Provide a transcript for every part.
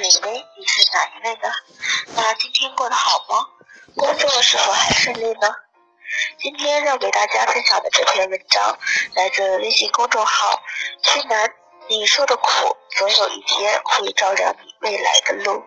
哪一位？你是哪一位呢？那今天过得好吗？工作是否还顺利呢？今天要给大家分享的这篇文章来自微信公众号区南，你受的苦总有一天会照亮你未来的路。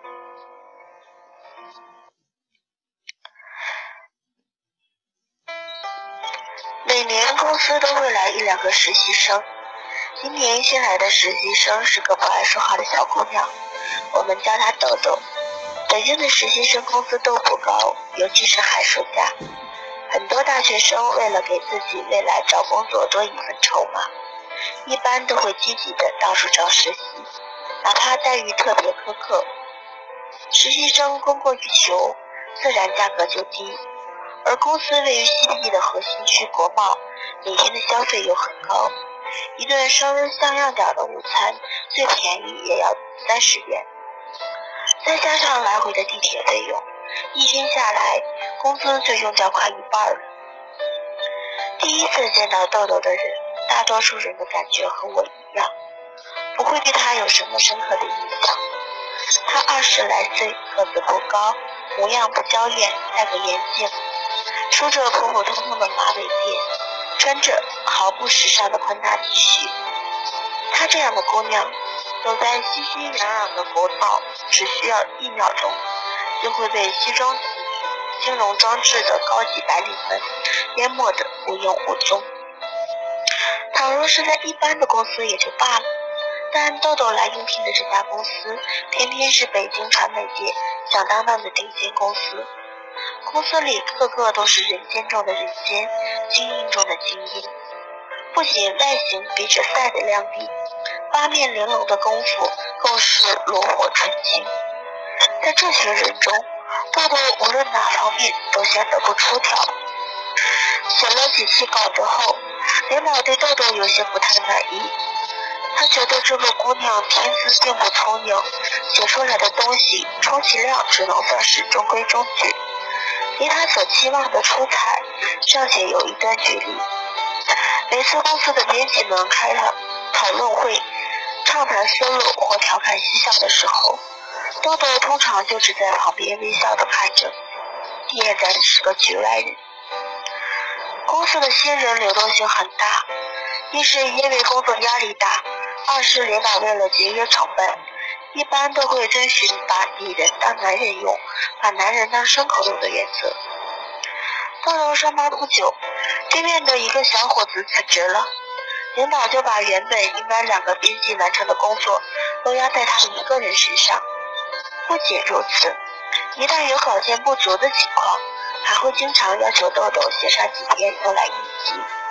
每年公司都会来1-2个实习生，今年新来的实习生是个不爱说话的小姑娘，我们叫她豆豆。北京的实习生工资都不高，尤其是寒暑假，很多大学生为了给自己未来找工作多一份筹码，一般都会积极的到处找实习，哪怕待遇特别苛刻。实习生供过于求，自然价格就低，而公司位于西 P 的核心区国贸，每天的消费又很高，一顿稍微像样点的午餐最便宜也要30元，再加上来回的地铁费用，一天下来工资就用掉快一半了。第一次见到豆豆的人，大多数人的感觉和我一样，不会对他有什么深刻的印象。他20来岁，个子不高，模样不娇艳，戴个眼镜，梳着普普通通的马尾辫，穿着毫不时尚的宽大 T 恤。她这样的姑娘走在熙熙攘攘的国贸，只需要1秒钟就会被西装金融装置的高级白领们淹没得无影无踪。倘若是在一般的公司也就罢了，但豆豆来应聘的这家公司偏偏是北京传媒界响当当的顶尖公司，公司里个个都是人间中的人间，精英中的精英，不仅外形比纸赛的靓丽，八面玲珑的功夫更是炉火纯青。在这些人中，豆豆无论哪方面都显得不出挑。写了几期稿子后，领导对豆豆有些不太满意，他觉得这个姑娘天资并不聪颖，写出来的东西充其量只能算是中规中矩，离他所期望的出彩尚且有一段距离。每次公司的编辑们开讨论会，畅谈思路或调侃嬉笑的时候，豆豆通常就只在旁边微笑地看着，俨然是个局外人。公司的新人流动性很大，一是因为工作压力大，二是领导为了节约成本，一般都会遵循把女人当男人用，把男人当牲口用的原则。豆豆上班不久，对面的一个小伙子辞职了，领导就把原本应该2个编辑完成的工作都压在他一个人身上。不仅如此，一旦有稿件不足的情况，还会经常要求豆豆写上几天用来应急。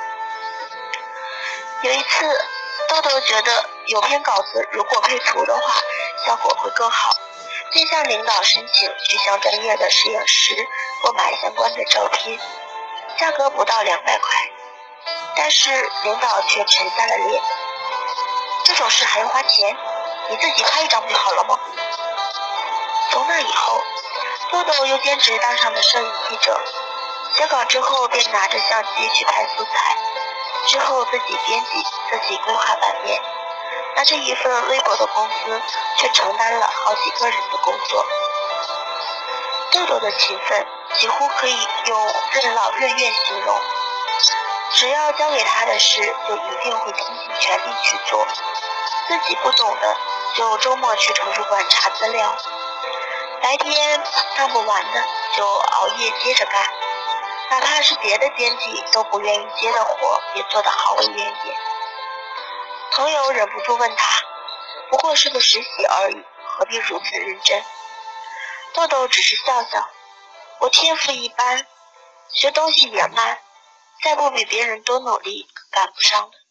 有一次，豆豆觉得有篇稿子如果配图的话，效果会更好，便向领导申请去向专业的摄影师购买相关的照片，价格不到200块，但是领导却沉下了脸。这种事还用花钱？你自己拍一张不就好了吗？从那以后，豆豆又兼职当上了摄影记者，写稿之后便拿着相机去拍素材，之后自己编辑，自己规划版面，拿着一份微薄的工资，却承担了好几个人的工作。豆豆的勤奋几乎可以用任劳任怨形容，只要交给他的事，就一定会拼尽全力去做，自己不懂的就周末去图书馆查资料，白天干不完的就熬夜接着干，哪怕是别的编辑都不愿意接的活，也做得毫无怨言。朋友忍不住问他，不过是个实习而已，何必如此认真？豆豆只是笑笑，我天赋一般，学东西也慢，再不比别人多努力，赶不上的。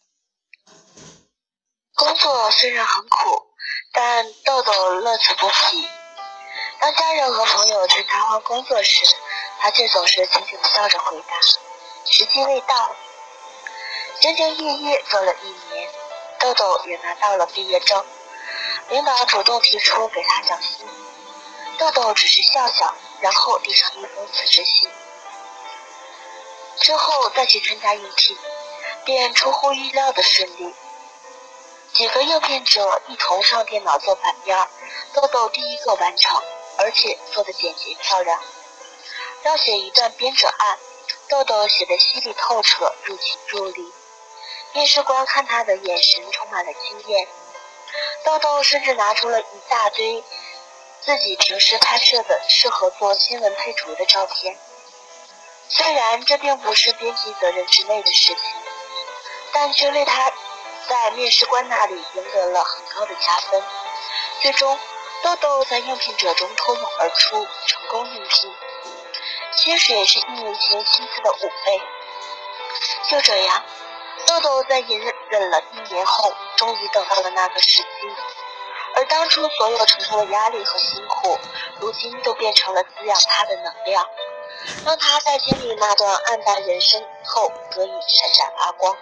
工作虽然很苦，但豆豆乐此不疲。当家人和朋友劝他换工作时，他却总是轻轻笑着回答，时机未到。兢兢业业做了1年，豆豆也拿到了毕业证，领导主动提出给他涨薪，豆豆只是笑笑，然后递上一封辞职信。之后再去参加应聘，便出乎意料的顺利。几个应聘者一同上电脑做版面， 豆豆第一个完成，而且做得简洁漂亮。要写一段编者案，豆豆写得犀利透彻，入情入理。面试官看他的眼神充满了惊艳。豆豆甚至拿出了一大堆自己平时拍摄的适合做新闻配图的照片。虽然这并不是编辑责任之内的事情，但却为他在面试官那里赢得了很高的加分。最终，豆豆在应聘者中脱颖而出，成功应聘，薪水是1年前薪资的5倍。就这样，豆豆在隐忍了1年后，终于等到了那个时机。而当初所有承受的压力和辛苦，如今都变成了滋养他的能量，让他在经历那段暗淡人生后得以闪闪发光。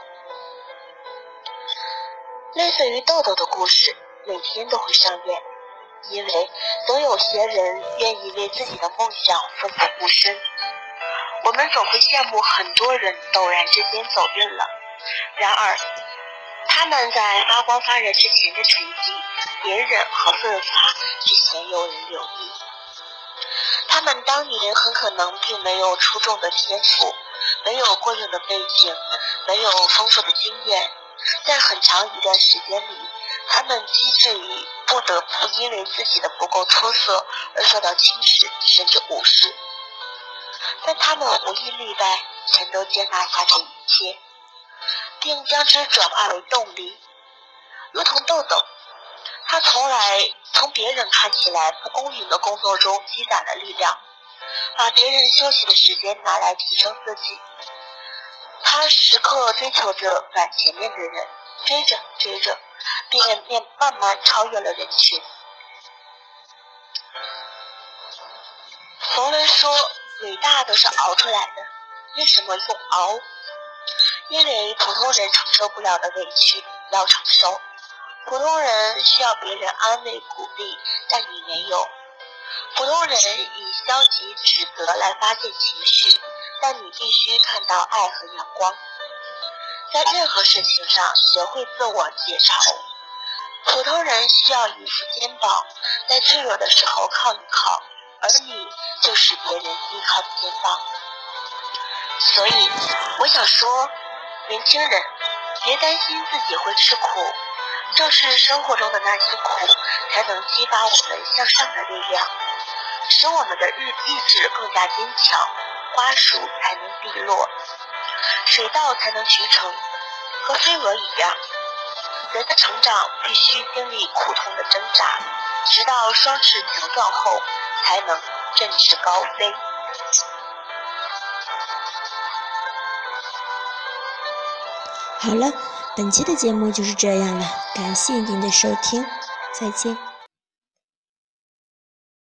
类似于豆豆的故事每天都会上演，因为总有些人愿意为自己的梦想奋不顾身。我们总会羡慕很多人陡然之间走运了，然而他们在发光发热之前的成绩隐忍和奋发却鲜有人留意。他们当年很可能并没有出众的天赋，没有过硬的背景，没有丰富的经验，在很长一段时间里，他们机智于不得不因为自己的不够出色而受到轻视甚至无视，但他们无一例外全都接纳下这一切，并将之转化为动力。如同豆豆，他从别人看起来不公平的工作中积攒了力量，把别人休息的时间拿来提升自己。他时刻追求着赶前面的人，追着追着，便慢慢超越了人群。冯仑说，伟大都是熬出来的。为什么用熬？因为普通人承受不了的委屈要承受。普通人需要别人安慰鼓励，但你没有。普通人以消极指责来发泄情绪，但你必须看到爱和阳光。在任何事情上学会自我解嘲。普通人需要一副肩膀，在脆弱的时候靠一靠，而你就是别人依靠的肩膀。所以我想说，年轻人别担心自己会吃苦，正是生活中的那些苦才能激发我们向上的力量，使我们的意志更加坚强，花束才能碧落，水稻才能渠成。和飞蛾一样，人的成长必须经历苦痛的挣扎，直到双翅强壮后才能振翅高飞。 好了，本期的节目就是这样了，感谢您的收听，再见。